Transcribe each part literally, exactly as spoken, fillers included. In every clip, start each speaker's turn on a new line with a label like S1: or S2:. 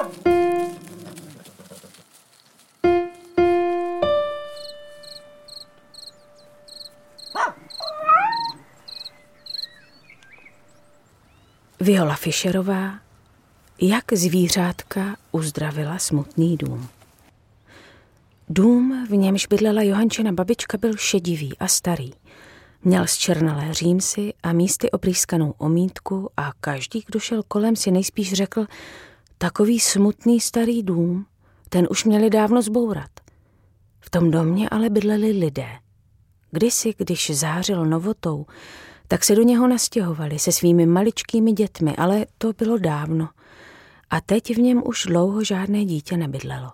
S1: Viola Fischerová, jak zvířátka uzdravila smutný dům. Dům, v němž bydlela Johančina babička, byl šedivý a starý. Měl zčernalé římsy a místy oprýskanou omítku a každý, kdo šel kolem, si nejspíš řekl, takový smutný starý dům, ten už měli dávno zbourat. V tom domě ale bydleli lidé. Kdysi, když zářil novotou, tak se do něho nastěhovali se svými maličkými dětmi, ale to bylo dávno. A teď v něm už dlouho žádné dítě nebydlelo.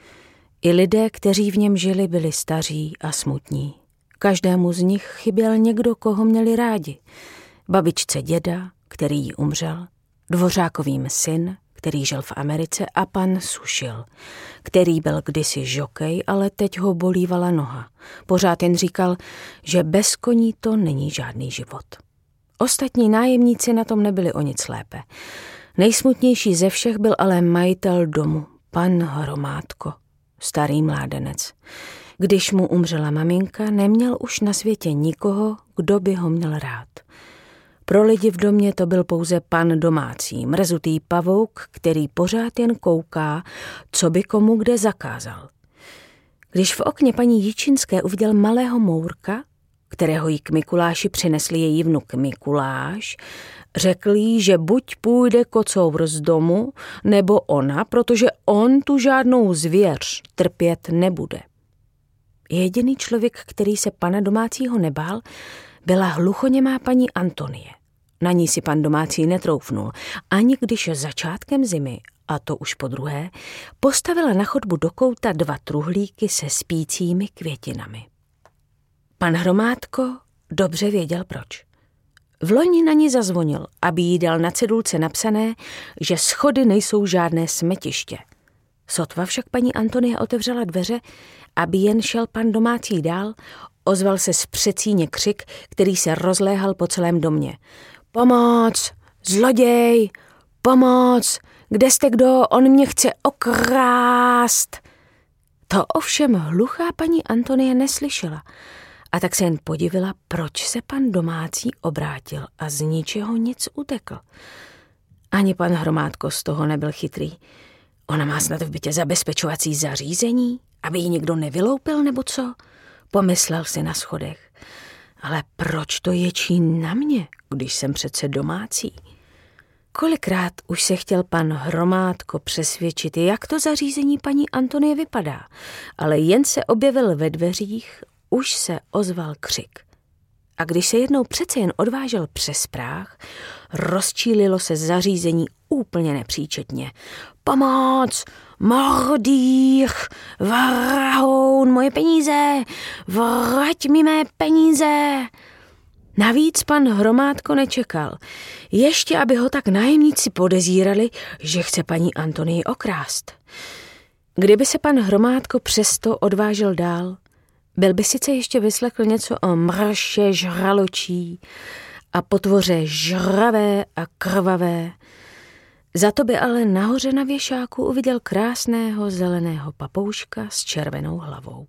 S1: I lidé, kteří v něm žili, byli staří a smutní. Každému z nich chyběl někdo, koho měli rádi. Babičce děda, který jí umřel, dvořákovým syn, který žil v Americe, a pan Sušil, který byl kdysi žokej, ale teď ho bolívala noha. Pořád jen říkal, že bez koní to není žádný život. Ostatní nájemníci na tom nebyli o nic lépe. Nejsmutnější ze všech byl ale majitel domu, pan Hromádko, starý mládenec. Když mu umřela maminka, neměl už na světě nikoho, kdo by ho měl rád. Pro lidi v domě to byl pouze pan domácí, mrzutý pavouk, který pořád jen kouká, co by komu kde zakázal. Když v okně paní Jičinské uviděl malého Mourka, kterého jí k Mikuláši přinesli její vnuk Mikuláš, řekl jí, že buď půjde kocour z domu, nebo ona, protože on tu žádnou zvěř trpět nebude. Jediný člověk, který se pana domácího nebál, byla hluchoněmá paní Antonie. Na ní si pan domácí netroufnul, ani když začátkem zimy, a to už po druhé, postavila na chodbu do kouta dva truhlíky se spícími květinami. Pan Hromádko dobře věděl proč. Vloni na ní zazvonil, aby jí dal na cedulce napsané, že schody nejsou žádné smetiště. Sotva však paní Antonie otevřela dveře, aby jen šel pan domácí dál, ozval se z předsíně křik, který se rozléhal po celém domě. Pomoc! Zloděj! Pomoc! Kde jste kdo? On mě chce okrást! To ovšem hluchá paní Antonie neslyšela a tak se jen podivila, proč se pan domácí obrátil a z ničeho nic utekl. Ani pan Hromádko z toho nebyl chytrý. Ona má snad v bytě zabezpečovací zařízení, aby ji někdo nevyloupil nebo co? Pomyslel si na schodech. Ale proč to ječí na mě, když jsem přece domácí? Kolikrát už se chtěl pan Hromádko přesvědčit, jak to zařízení paní Antonie vypadá, ale jen se objevil ve dveřích, už se ozval křik. A když se jednou přece jen odvážel přes práh, rozčílilo se zařízení úplně nepříčetně. Pomoc! Mordých! Vrahoun! Moje peníze! Vrať mi mé peníze! Navíc pan Hromádko nečekal. Ještě, aby ho tak nájemníci podezírali, že chce paní Antonii okrást. Kdyby se pan Hromádko přesto odvážel dál, byl by sice ještě vyslechl něco o mrše žraločí a potvoře žravé a krvavé. Za to by ale nahoře na věšáku uviděl krásného zeleného papouška s červenou hlavou.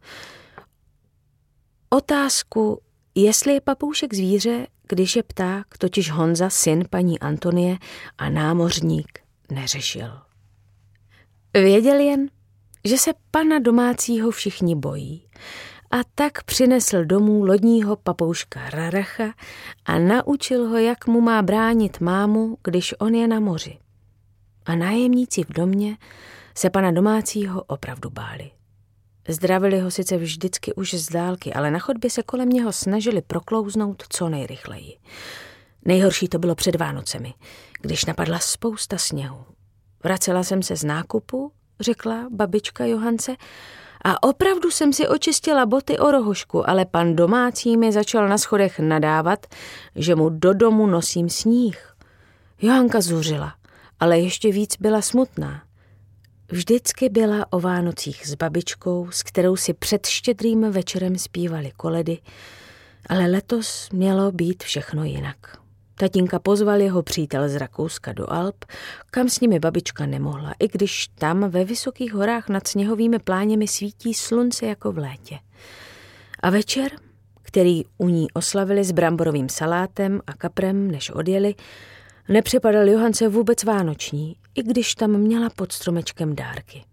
S1: Otázku, jestli je papoušek zvíře, když je pták, totiž Honza, syn paní Antonie a námořník, neřešil. Věděl jen, že se pana domácího všichni bojí, a tak přinesl domů lodního papouška Raracha a naučil ho, jak mu má bránit mámu, když on je na moři. A nájemníci v domě se pana domácího opravdu báli. Zdravili ho sice vždycky už z dálky, ale na chodbě se kolem něho snažili proklouznout co nejrychleji. Nejhorší to bylo před Vánocemi, když napadla spousta sněhu. Vracela jsem se z nákupu, řekla babička Johance, a opravdu jsem si očistila boty o rohošku, ale pan domácí mi začal na schodech nadávat, že mu do domu nosím sníh. Johanka zuřila, ale ještě víc byla smutná. Vždycky byla o Vánocích s babičkou, s kterou si před štědrým večerem zpívali koledy, ale letos mělo být všechno jinak. Tatínka pozval jeho přítel z Rakouska do Alp, kam s nimi babička nemohla, i když tam ve vysokých horách nad sněhovými pláněmi svítí slunce jako v létě. A večer, který u ní oslavili s bramborovým salátem a kaprem, než odjeli, nepřipadal Johance vůbec vánoční, i když tam měla pod stromečkem dárky.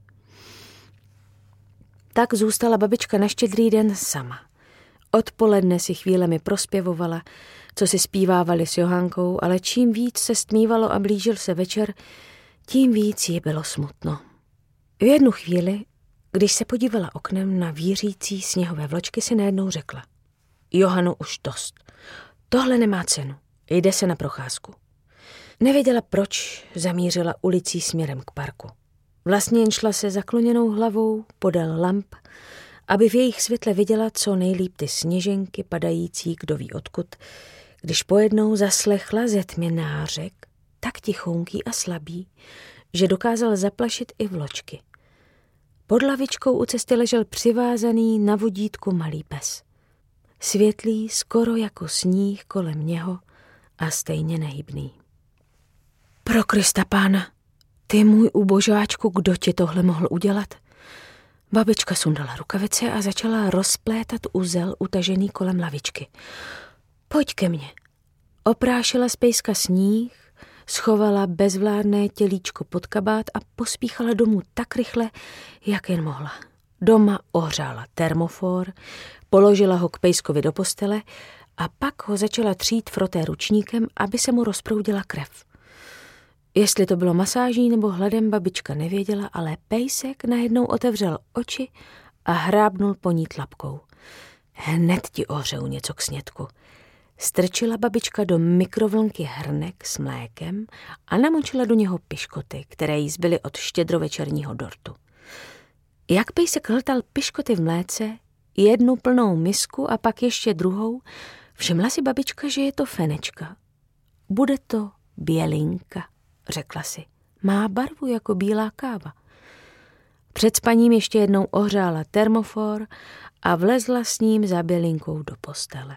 S1: Tak zůstala babička na Štědrý den sama. Odpoledne si chvílemi prospěvovala, co si zpívávali s Johankou, ale čím víc se stmívalo a blížil se večer, tím víc jí bylo smutno. V jednu chvíli, když se podívala oknem na vířící sněhové vločky, si najednou řekla: Johanu, už dost. Tohle nemá cenu. Jde se na procházku. Nevěděla, proč zamířila ulicí směrem k parku. Vlastně jen šla se zakloněnou hlavou podél lamp, aby v jejich světle viděla co nejlíp ty sněženky padající kdo ví odkud, když pojednou zaslechla ze tmy nářek, tak tichonký a slabý, že dokázal zaplašit i vločky. Pod lavičkou u cesty ležel přivázaný na vodítku malý pes. Světlý, skoro jako sníh kolem něho a stejně nehybný. Pro Krista Pána, ty můj ubožáčku, kdo ti tohle mohl udělat? Babička sundala rukavice a začala rozplétat uzel utažený kolem lavičky. Pojď ke mně. Oprášila z pejska sníh, schovala bezvládné tělíčko pod kabát a pospíchala domů tak rychle, jak jen mohla. Doma ohřála termofor, položila ho k pejskovi do postele a pak ho začala třít froté ručníkem, aby se mu rozproudila krev. Jestli to bylo masáží nebo hladem, babička nevěděla, ale pejsek najednou otevřel oči a hrábnul po ní tlapkou. Hned ti ohřeju něco k snědku. Strčila babička do mikrovlnky hrnek s mlékem a namočila do něho piškoty, které jí zbyly od štědrovečerního dortu. Jak pejsek hltal piškoty v mléce, jednu plnou misku a pak ještě druhou, všimla si babička, že je to fenečka. Bude to bělinka, řekla si. Má barvu jako bílá káva. Před spaním ještě jednou ohřála termofor a vlezla s ním za bělinkou do postele.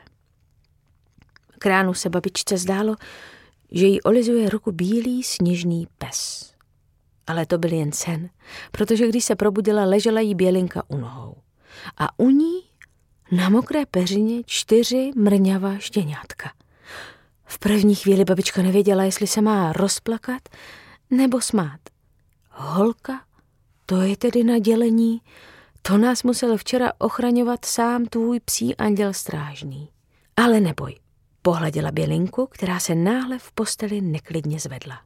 S1: K ránu se babičce zdálo, že jí olizuje ruku bílý sněžný pes. Ale to byl jen sen, protože když se probudila, ležela jí bělinka u nohou. A u ní na mokré peřině čtyři mrňavá štěňátka. V první chvíli babička nevěděla, jestli se má rozplakat nebo smát. Holka, to je tedy nadělení, to nás musel včera ochraňovat sám tvůj psí anděl strážný. Ale neboj, pohleděla bělinku, která se náhle v posteli neklidně zvedla.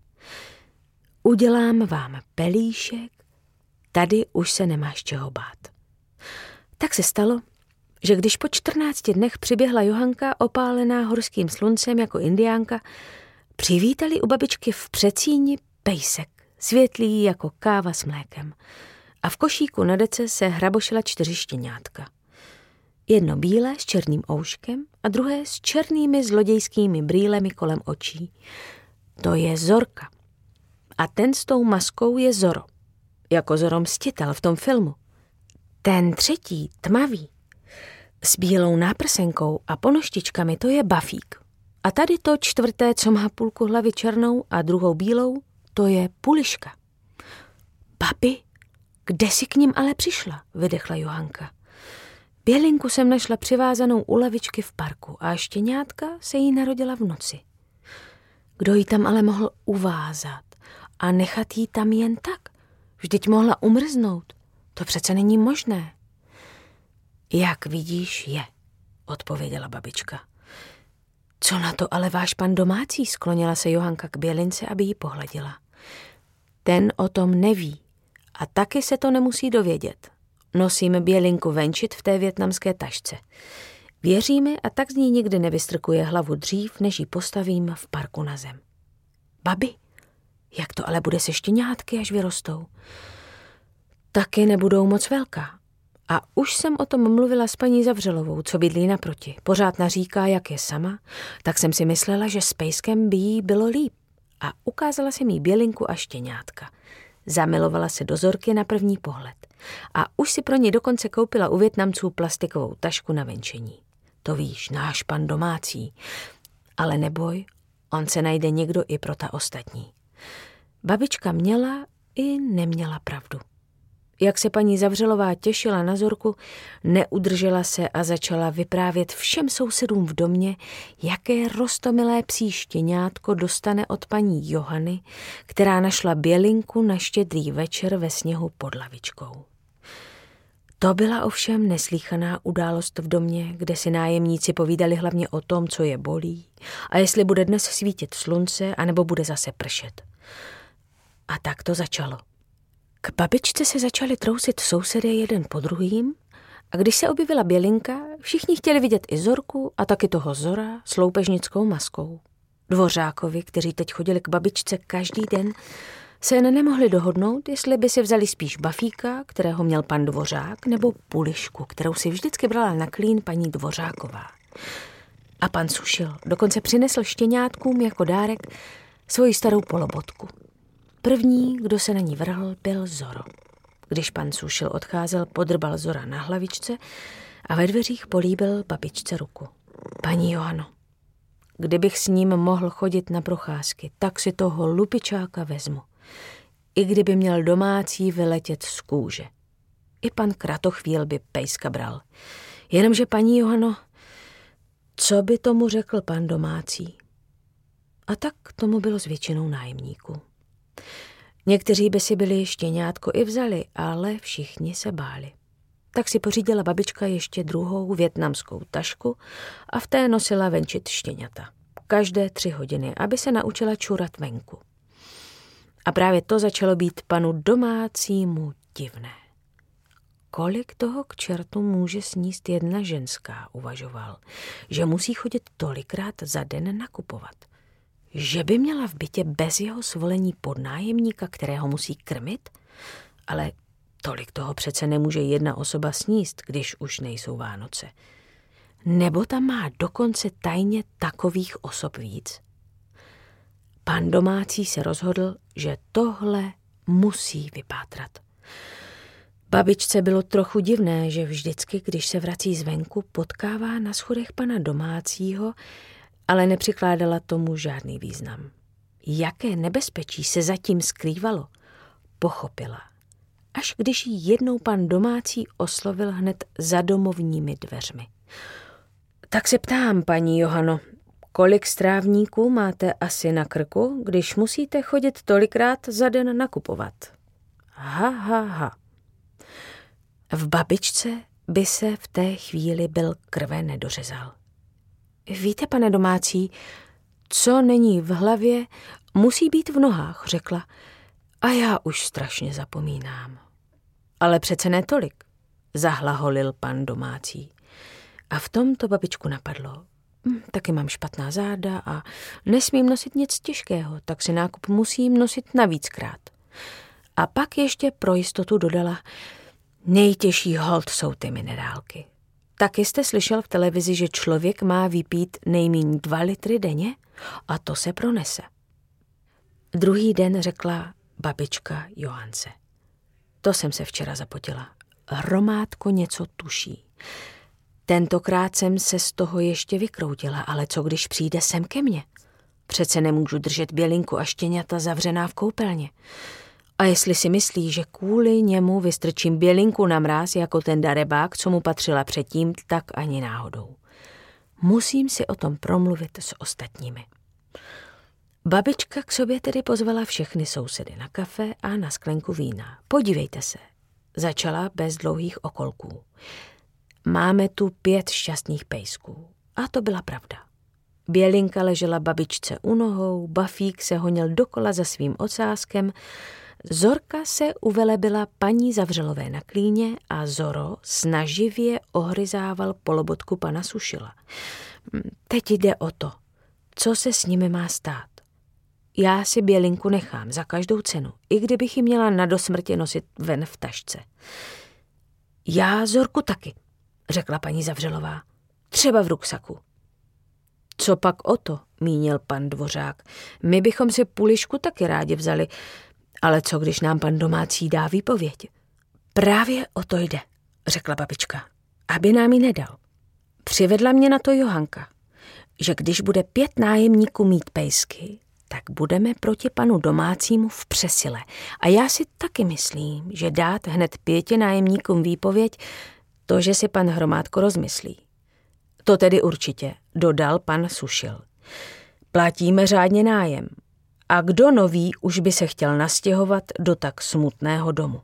S1: Udělám vám pelíšek, tady už se nemáš čeho bát. Tak se stalo, že když po čtrnácti dnech přiběhla Johanka, opálená horským sluncem jako indiánka, přivítali u babičky v předsíni pejsek, světlý jako káva s mlékem. A v košíku na dece se hrabošila čtyři štěňátka. Jedno bílé s černým ouškem a druhé s černými zlodějskými brýlemi kolem očí. To je Zorka. A ten s tou maskou je Zoro, jako Zoro Mstitel v tom filmu. Ten třetí, tmavý, s bílou náprsenkou a ponoštičkami, to je Bafík. A tady to čtvrté, co má půlku hlavy černou a druhou bílou, to je Puliška. Babi, kde jsi k ním ale přišla, vydechla Johanka. Bělinku jsem našla přivázanou u lavičky v parku a štěňátka se jí narodila v noci. Kdo jí tam ale mohl uvázat a nechat jí tam jen tak? Vždyť mohla umrznout. To přece není možné. Jak vidíš, je, odpověděla babička. Co na to ale váš pan domácí, sklonila se Johanka k bělince, aby ji pohladila. Ten o tom neví a taky se to nemusí dovědět. Nosíme bělinku venčit v té vietnamské tašce. Věříme a tak z ní nikdy nevystrkuje hlavu dřív, než ji postavím v parku na zem. Babi, jak to ale bude se štěňátky, až vyrostou? Taky nebudou moc velká. A už jsem o tom mluvila s paní Zavřelovou, co bydlí naproti. Pořád naříká, jak je sama, tak jsem si myslela, že s pejskem by jí bylo líp. A ukázala jsem jí bělinku a štěňátka. Zamilovala se do Zorky na první pohled. A už si pro ně dokonce koupila u Vietnamců plastikovou tašku na venčení. To víš, náš pan domácí. Ale neboj, On se najde někdo i pro ta ostatní. Babička měla i neměla pravdu. Jak se paní Zavřelová těšila na Zorku, neudržela se a začala vyprávět všem sousedům v domě, jaké roztomilé psí štěňátko dostane od paní Johany, která našla bělinku na štědrý večer ve sněhu pod lavičkou. To byla ovšem neslýchaná událost v domě, kde si nájemníci povídali hlavně o tom, co je bolí a jestli bude dnes svítit slunce, anebo bude zase pršet. A tak to začalo. K babičce se začali trousit sousedé jeden po druhým a když se objevila bělinka, všichni chtěli vidět i Zorku a taky toho Zora s loupežnickou maskou. Dvořákovi, kteří teď chodili k babičce každý den, se jen nemohli dohodnout, jestli by si vzali spíš bafíka, kterého měl pan Dvořák, nebo pulišku, kterou si vždycky brala na klín paní Dvořáková. A pan Sušil dokonce přinesl štěňátkům jako dárek svoji starou polobotku. První, kdo se na ní vrhl, byl Zoro. Když pan Sušil odcházel, podrbal Zora na hlavičce a ve dveřích políbil babičce ruku. Paní Johano, kdybych s ním mohl chodit na procházky, tak si toho lupičáka vezmu. I kdyby měl domácí vyletět z kůže. I pan Kratochvíl by pejska bral. Jenomže, paní Johano, co by tomu řekl pan domácí? A tak tomu bylo s většinou nájemníků. Někteří by si byli štěňátko i vzali, ale všichni se báli. Tak si pořídila babička ještě druhou vietnamskou tašku a v té nosila venčit štěňata. Každé tři hodiny, aby se naučila čurat venku. A právě to začalo být panu domácímu divné. Kolik toho k čertu může sníst jedna ženská, uvažoval, že musí chodit tolikrát za den nakupovat. Že by měla v bytě bez jeho svolení podnájemníka, kterého musí krmit? Ale tolik toho přece nemůže jedna osoba sníst, když už nejsou Vánoce. Nebo tam má dokonce tajně takových osob víc? Pan domácí se rozhodl, že tohle musí vypátrat. Babičce bylo trochu divné, že vždycky, když se vrací zvenku, potkává na schodech pana domácího, ale nepřikládala tomu žádný význam. Jaké nebezpečí se zatím skrývalo, pochopila, až když jí jednou pan domácí oslovil hned za domovními dveřmi. Tak se ptám, paní Johano, kolik strávníků máte asi na krku, když musíte chodit tolikrát za den nakupovat? Ha, ha, ha. V babičce by se v té chvíli byl krve nedořezal. Víte, pane domácí, co není v hlavě, musí být v nohách, řekla. A já už strašně zapomínám. Ale přece ne tolik, zahlaholil pan domácí. A v tom to babičku napadlo. Hm, taky mám špatná záda a nesmím nosit nic těžkého, tak si nákup musím nosit navíckrát. A pak ještě pro jistotu dodala, nejtěžší holt jsou ty minerálky. Taky jste slyšel v televizi, že člověk má vypít nejméně dva litry denně? A to se pronese. Druhý den řekla babička Johance. To jsem se včera zapotila. Hromádko něco tuší. Tentokrát jsem se z toho ještě vykroutila, ale co když přijde sem ke mně? Přece nemůžu držet bělinku a štěňata zavřená v koupelně. A jestli si myslí, že kvůli němu vystrčím bělinku na mráz jako ten darebák, co mu patřila předtím, tak ani náhodou. Musím si o tom promluvit s ostatními. Babička k sobě tedy pozvala všechny sousedy na kafe a na sklenku vína. Podívejte se, začala bez dlouhých okolků. Máme tu pět šťastných pejsků. A to byla pravda. Bělinka ležela babičce u nohou, Bafík se honil dokola za svým ocáskem, Zorka se uvelebila paní Zavřelové na klíně a Zoro snaživě ohryzával polobotku pana Sušila. Teď jde o to, co se s nimi má stát. Já si bělinku nechám za každou cenu, i kdybych ji měla na dosmrtě nosit ven v tašce. Já Zorku taky, řekla paní Zavřelová, třeba v ruksaku. Co pak o to, mínil pan Dvořák, my bychom si pulišku taky rádi vzali, ale co když nám pan domácí dá výpověď? Právě o to jde, řekla babička, aby nám ji nedal. Přivedla mě na to Johanka. že když bude pět nájemníků mít pejsky, tak budeme proti panu domácímu v přesile. A já si taky myslím, že dát hned pěti nájemníkům výpověď, to, že si pan Hromádko rozmyslí. To tedy určitě, dodal pan Sušil. Platíme řádně nájem. A kdo nový už by se chtěl nastěhovat do tak smutného domu.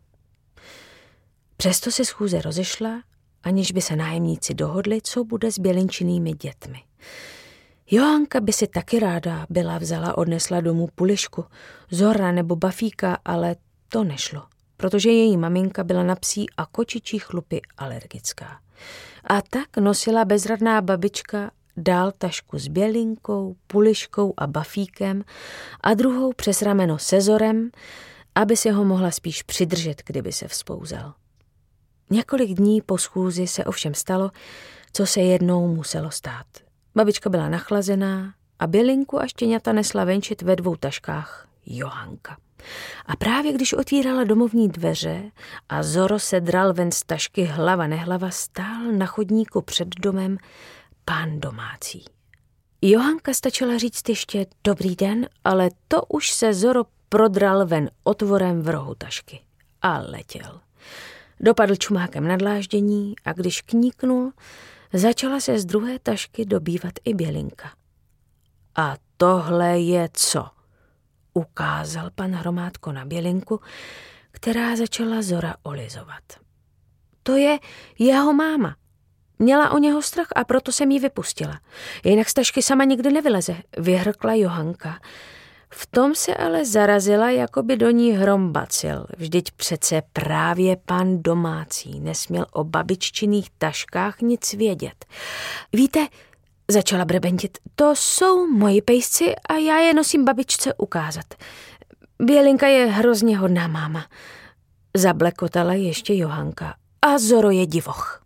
S1: Přesto se schůze rozešla, aniž by se nájemníci dohodli, co bude s Bělinčinými dětmi. Johanka by si taky ráda byla vzala odnesla domů Pulišku, Zora nebo Bafíka, ale to nešlo, protože její maminka byla na psí a kočičí chlupy alergická. A tak nosila bezradná babička dál tašku s Bělinkou, Puliškou a Bafíkem a druhou přes rameno se Zorem, aby si ho mohla spíš přidržet, kdyby se vzpouzal. Několik dní po schůzi se ovšem stalo, co se jednou muselo stát. Babička byla nachlazená a Bělinku a štěňata nesla venčit ve dvou taškách Johanka. A právě když otvírala domovní dveře a Zoro se dral ven z tašky hlava nehlava, stál na chodníku před domem pán domácí. Johanka stačila říct ještě dobrý den, ale to už se Zoro prodral ven otvorem v rohu tašky a letěl. Dopadl čumákem na dláždění a když kníknul, začala se z druhé tašky dobývat i Bělinka. A tohle je co? Ukázal pan Hromádko na Bělinku, která začala Zora olizovat. To je jeho máma. Měla o něho strach a proto jsem ji vypustila. Jinak z tašky sama nikdy nevyleze, vyhrkla Johanka. V tom se ale zarazila, jako by do ní hrom bacil. Vždyť přece právě pan domácí nesměl o babiččiných taškách nic vědět. Víte, začala brebentit, to jsou moji pejsci a já je nosím babičce ukázat. Bělinka je hrozně hodná máma. Zablekotala ještě Johanka a Zoro je divoch.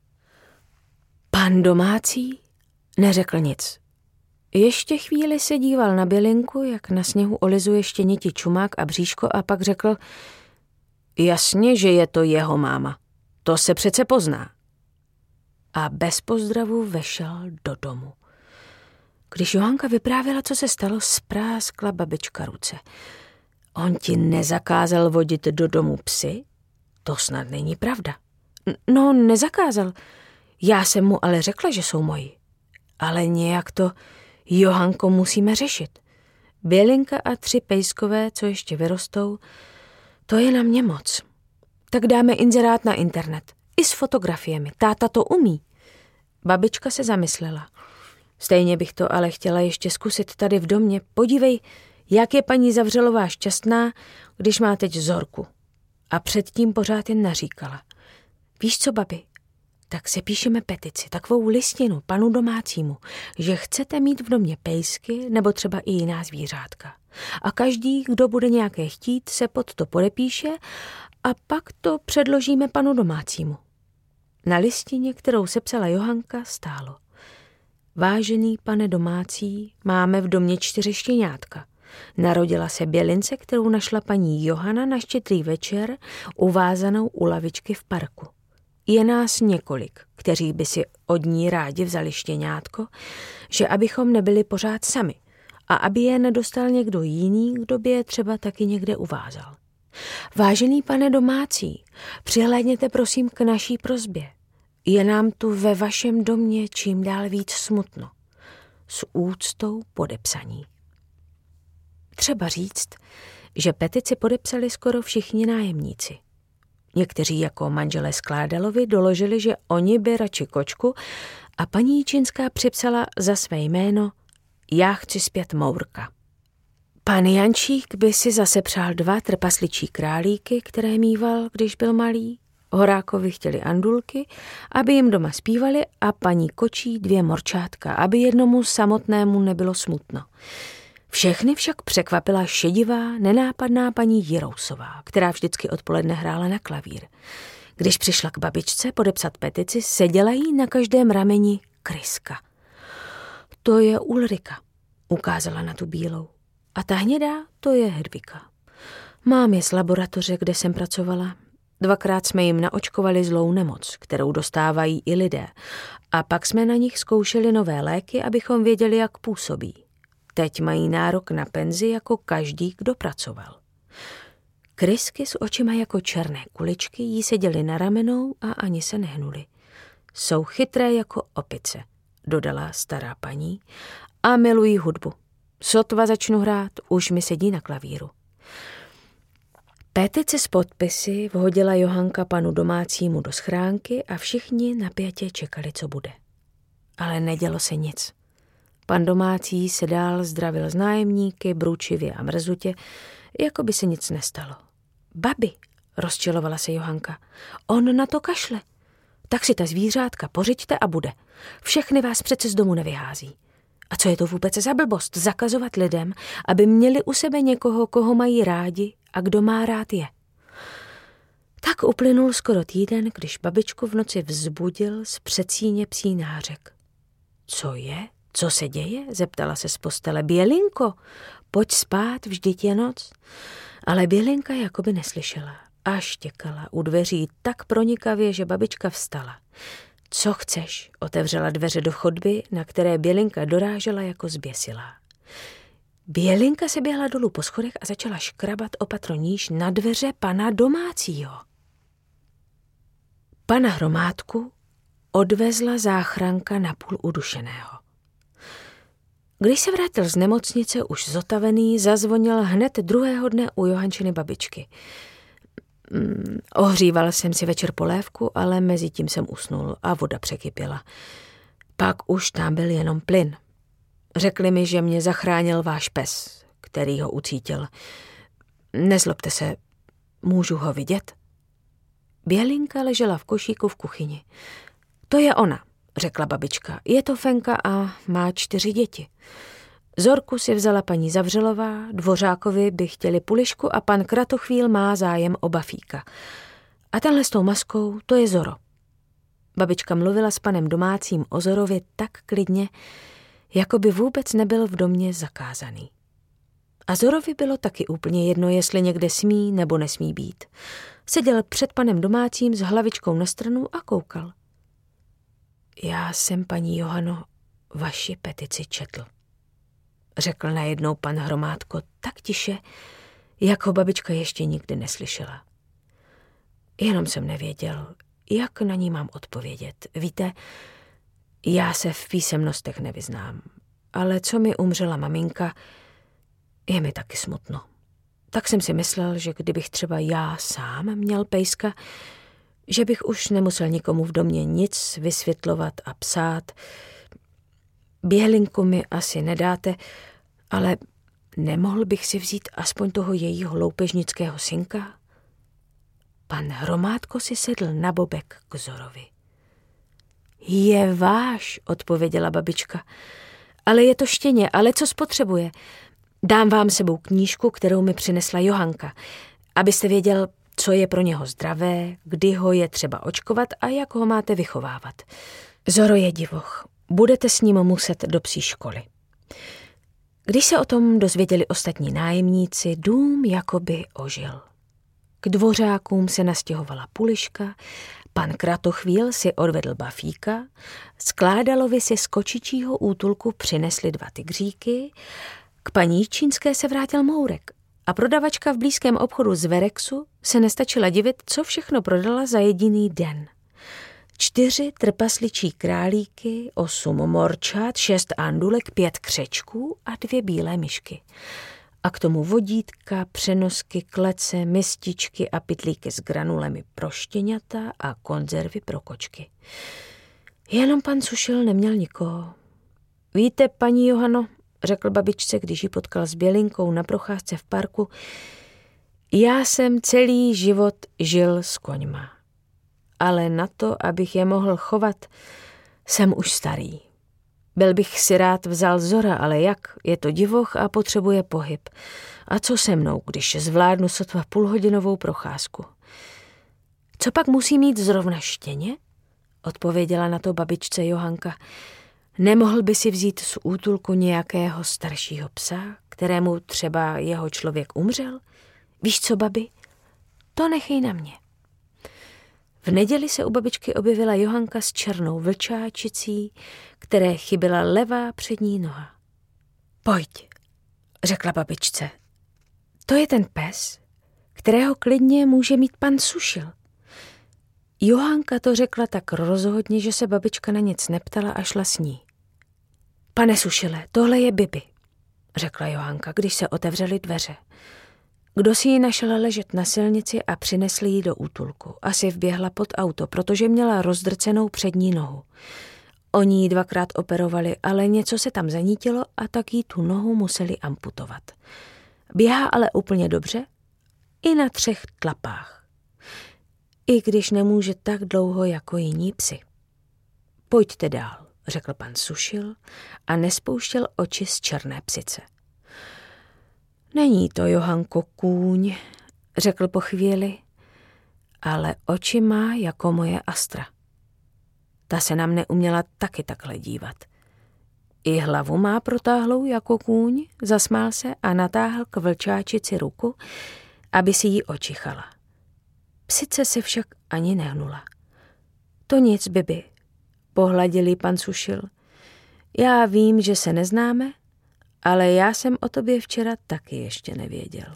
S1: Pan domácí neřekl nic. Ještě chvíli se díval na Bělinku, jak na sněhu olizuje štěněti čumák a bříško a pak řekl, jasně, že je to jeho máma. To se přece pozná. A bez pozdravu vešel do domu. Když Johanka vyprávěla, co se stalo, spráskla babička ruce. On ti nezakázal vodit do domu psy? To snad není pravda. No, nezakázal. Já jsem mu ale řekla, že jsou moji. Ale nějak to, Johanko, musíme řešit. Bělinka a tři pejskové, co ještě vyrostou, to je na mě moc. Tak dáme inzerát na internet. I s fotografiemi. Táta to umí. Babička se zamyslela. Stejně bych to ale chtěla ještě zkusit tady v domě. Podívej, jak je paní Zavřelová šťastná, když má teď Zorku. A předtím pořád jen naříkala. Víš co, babi? Tak se píšeme petici, takovou listinu panu domácímu, že chcete mít v domě pejsky nebo třeba i jiná zvířátka. A každý, kdo bude nějaké chtít, se pod to podepíše a pak to předložíme panu domácímu. Na listině, kterou sepsala Johanka, stálo. Vážený pane domácí, máme v domě čtyři štěňátka. Narodila se Bělince, kterou našla paní Johana na štědrý večer uvázanou u lavičky v parku. Je nás několik, kteří by si od ní rádi vzali štěňátko, že abychom nebyli pořád sami a aby je nedostal někdo jiný, kdo by je třeba taky někde uvázal. Vážený pane domácí, přihlédněte prosím k naší prosbě. Je nám tu ve vašem domě čím dál víc smutno. S úctou podepsaní. Třeba říct, že petici podepsali skoro všichni nájemníci. Někteří jako manželé Skládalovi doložili, že oni by radši kočku a paní Jičinská připsala za své jméno Já chci zpět Mourka. Pan Jančík by si zase přál dva trpasličí králíky, které mýval, když byl malý. Horákovi chtěli andulky, aby jim doma zpívali a paní Kočí dvě morčátka, aby jednomu samotnému nebylo smutno. Všechny však překvapila šedivá, nenápadná paní Jirousová, která vždycky odpoledne hrála na klavír. Když přišla k babičce podepsat petici, seděla jí na každém rameni Kryska. To je Ulrika, ukázala na tu bílou. A ta hnědá, to je Hedvika. Mám je z laboratoře, kde jsem pracovala. Dvakrát jsme jim naočkovali zlou nemoc, kterou dostávají i lidé. A pak jsme na nich zkoušeli nové léky, abychom věděli, jak působí. Teď mají nárok na penzi jako každý, kdo pracoval. Krysky s očima jako černé kuličky jí seděly na ramenou a ani se nehnuli. Jsou chytré jako opice, dodala stará paní, a milují hudbu. Sotva začnu hrát, už mi sedí na klavíru. Petici s podpisy vhodila Johanka panu domácímu do schránky a všichni napjatě čekali, co bude. Ale nedělo se nic. Pan domácí se dál zdravil s nájemníky, bručivě a mrzutě, jako by se nic nestalo. Babi, rozčilovala se Johanka, on na to kašle. Tak si ta zvířátka pořiďte a bude. Všechny vás přece z domu nevyhází. A co je to vůbec za blbost zakazovat lidem, aby měli u sebe někoho, koho mají rádi a kdo má rád je? Tak uplynul skoro týden, když babičku v noci vzbudil z předsíně psí nářek. Co je? Co se děje? Zeptala se z postele. Bělinko, pojď spát, vždyť je noc. Ale Bělinka jakoby neslyšela a štěkala u dveří tak pronikavě, že babička vstala. Co chceš? Otevřela dveře do chodby, na které Bělinka dorážela jako zběsilá. Bělinka se běhla dolů po schodech a začala škrabat o patro níž na dveře pana domácího. Pana Hromádku odvezla záchranka napůl udušeného. Když se vrátil z nemocnice už zotavený, zazvonil hned druhého dne u Johančiny babičky. Mm, ohříval jsem si večer polévku, ale mezi tím jsem usnul a voda překypěla. Pak už tam byl jenom plyn. Řekli mi, že mě zachránil váš pes, který ho ucítil. Nezlobte se, můžu ho vidět? Bělinka ležela v košíku v kuchyni. To je ona, řekla babička. Je to Fenka a má čtyři děti. Zorku si vzala paní Zavřelová, Dvořákovi by chtěli pulišku a pan Kratochvíl má zájem o Bafíka. A tenhle s tou maskou, to je Zoro. Babička mluvila s panem domácím o Zorovi tak klidně, jako by vůbec nebyl v domě zakázaný. A Zorovi bylo taky úplně jedno, jestli někde smí nebo nesmí být. Seděl před panem domácím s hlavičkou na stranu a koukal. Já jsem, paní Johano, vaši petici četl, řekl najednou pan Hromádko tak tiše, jak ho babička ještě nikdy neslyšela. Jenom jsem nevěděl, jak na ní mám odpovědět. Víte, já se v písemnostech nevyznám, ale co mi umřela maminka, je mi taky smutno. Tak jsem si myslel, že kdybych třeba já sám měl pejska, že bych už nemusel nikomu v domě nic vysvětlovat a psát. Bělinku mi asi nedáte, ale nemohl bych si vzít aspoň toho jejího loupežnického synka? Pan Hromádko si sedl na bobek k Zorovi. Je váš, odpověděla babička. Ale je to štěně, ale co spotřebuje? Dám vám sebou knížku, kterou mi přinesla Johanka, abyste věděl, co je pro něho zdravé, kdy ho je třeba očkovat a jak ho máte vychovávat. Zoro je divoch, budete s ním muset do psí školy. Když se o tom dozvěděli ostatní nájemníci, dům jakoby ožil. K Dvořákům se nastěhovala puliška, pan Kratochvíl si odvedl Bafíka, Skládalovi si z kočičího útulku přinesli dva tygříky, k paní Čínské se vrátil Mourek a prodavačka v blízkém obchodu z Verexu se nestačila divit, co všechno prodala za jediný den. Čtyři trpasličí králíky, osm morčat, šest andulek, pět křečků a dvě bílé myšky. A k tomu vodítka, přenosky, klece, mističky a pytlíky s granulemi pro štěňata a konzervy pro kočky. Jenom pan Sušil neměl nikoho. Víte, paní Johano, řekl babičce, když ji potkal s Bělinkou na procházce v parku, já jsem celý život žil s koňma. Ale na to, abych je mohl chovat, jsem už starý. Byl bych si rád vzal Zora, ale jak? Je to divoch a potřebuje pohyb. A co se mnou, když zvládnu sotva půlhodinovou procházku? Co pak musí mít zrovna štěně? Odpověděla na to babičce Johanka. Nemohl by si vzít z útulku nějakého staršího psa, kterému třeba jeho člověk umřel? Víš co, babi? To nechej na mě. V neděli se u babičky objevila Johanka s černou vlčáčicí, které chyběla levá přední noha. Pojď, řekla babičce. To je ten pes, kterého klidně může mít pan Sušil. Johanka to řekla tak rozhodně, že se babička na nic neptala a šla s ní. Pane Sušile, tohle je Bibi, řekla Johanka, když se otevřely dveře. Kdo si ji našel ležet na silnici a přinesl ji do útulku. Asi vběhla pod auto, protože měla rozdrcenou přední nohu. Oni ji dvakrát operovali, ale něco se tam zanítilo a tak jí tu nohu museli amputovat. Běhá ale úplně dobře i na třech tlapách. I když nemůže tak dlouho jako jiní psi. Pojďte dál, řekl pan Sušil a nespouštěl oči z černé psice. Není to, Johanko, kůň, řekl po chvíli, ale oči má jako moje Astra. Ta se na mne uměla taky takhle dívat. I hlavu má protáhlou jako kůň, zasmál se a natáhl k vlčáčici ruku, aby si ji očichala. Psice se však ani nehnula. To nic, Bibi, pohladil jí pan Sušil. Já vím, že se neznáme, ale já jsem o tobě včera taky ještě nevěděl.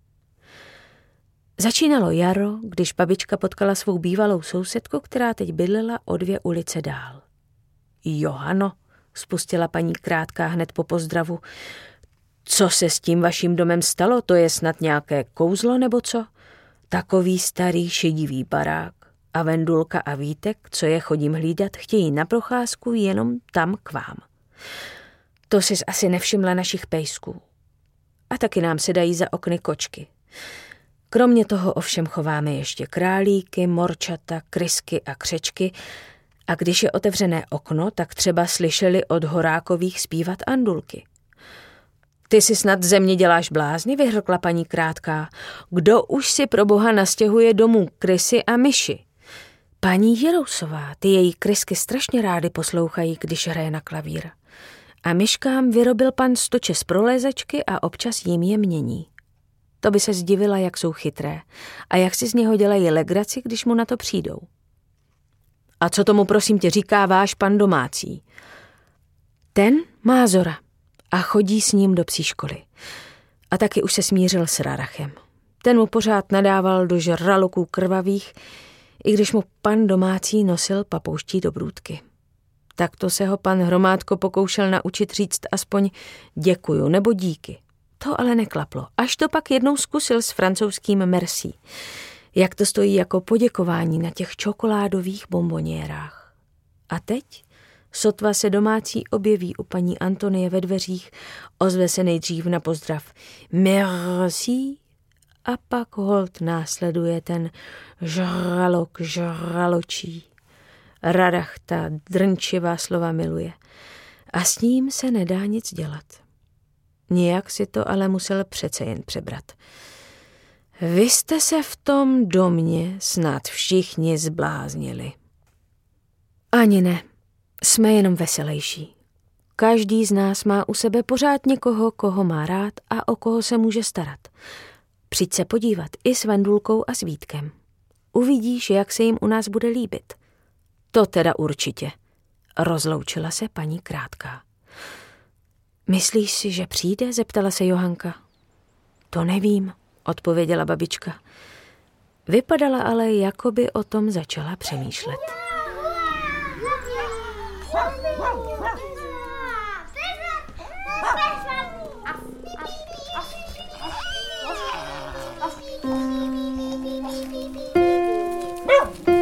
S1: Začínalo jaro, když babička potkala svou bývalou sousedku, která teď bydlela o dvě ulice dál. Johano, spustila paní Krátká hned po pozdravu. Co se s tím vaším domem stalo? To je snad nějaké kouzlo nebo co? Takový starý šedivý barák a Vendulka a Vítek, co je chodím hlídat, chtějí na procházku jenom tam k vám. To jsi asi nevšimla našich pejsků. A taky nám se dají za okny kočky. Kromě toho ovšem chováme ještě králíky, morčata, krysky a křečky a když je otevřené okno, tak třeba slyšeli od Horákových zpívat andulky. Ty si snad ze mě děláš blázny, vyhrkla paní Krátká. Kdo už si pro boha nastěhuje domů krysy a myši? Paní Jirousová, ty její krysky strašně rády poslouchají, když hraje na klavír. A myškám vyrobil pan stoče z prolézačky a občas jim je mění. To by se zdivila, jak jsou chytré a jak si z něho dělají legraci, když mu na to přijdou. A co tomu prosím tě říká váš pan domácí? Ten má Zora a chodí s ním do psí školy. A taky už se smířil s Rarachem. Ten mu pořád nadával do žraloků krvavých, i když mu pan domácí nosil papouští do brůdky. Tak to se ho pan Hromádko pokoušel naučit říct aspoň děkuju nebo díky. To ale neklaplo, až to pak jednou zkusil s francouzským merci. Jak to stojí jako poděkování na těch čokoládových bomboniérách. A teď, sotva se domácí objeví u paní Antonie ve dveřích, ozve se nejdřív na pozdrav merci a pak holt následuje ten žralok žraločí. Rarach ta drnčivá slova miluje a s ním se nedá nic dělat. Nějak si to ale musel přece jen přebrat. Vy jste se v tom domě snad všichni zbláznili. Ani ne, jsme jenom veselejší. Každý z nás má u sebe pořád někoho, koho má rád a o koho se může starat. Přijď se podívat i s Vendulkou a s Vítkem. Uvidíš, jak se jim u nás bude líbit. To teda určitě, rozloučila se paní Krátká. Myslíš si, že přijde? Zeptala se Johanka. To nevím, odpověděla babička. Vypadala ale, jako by o tom začala přemýšlet.
S2: No.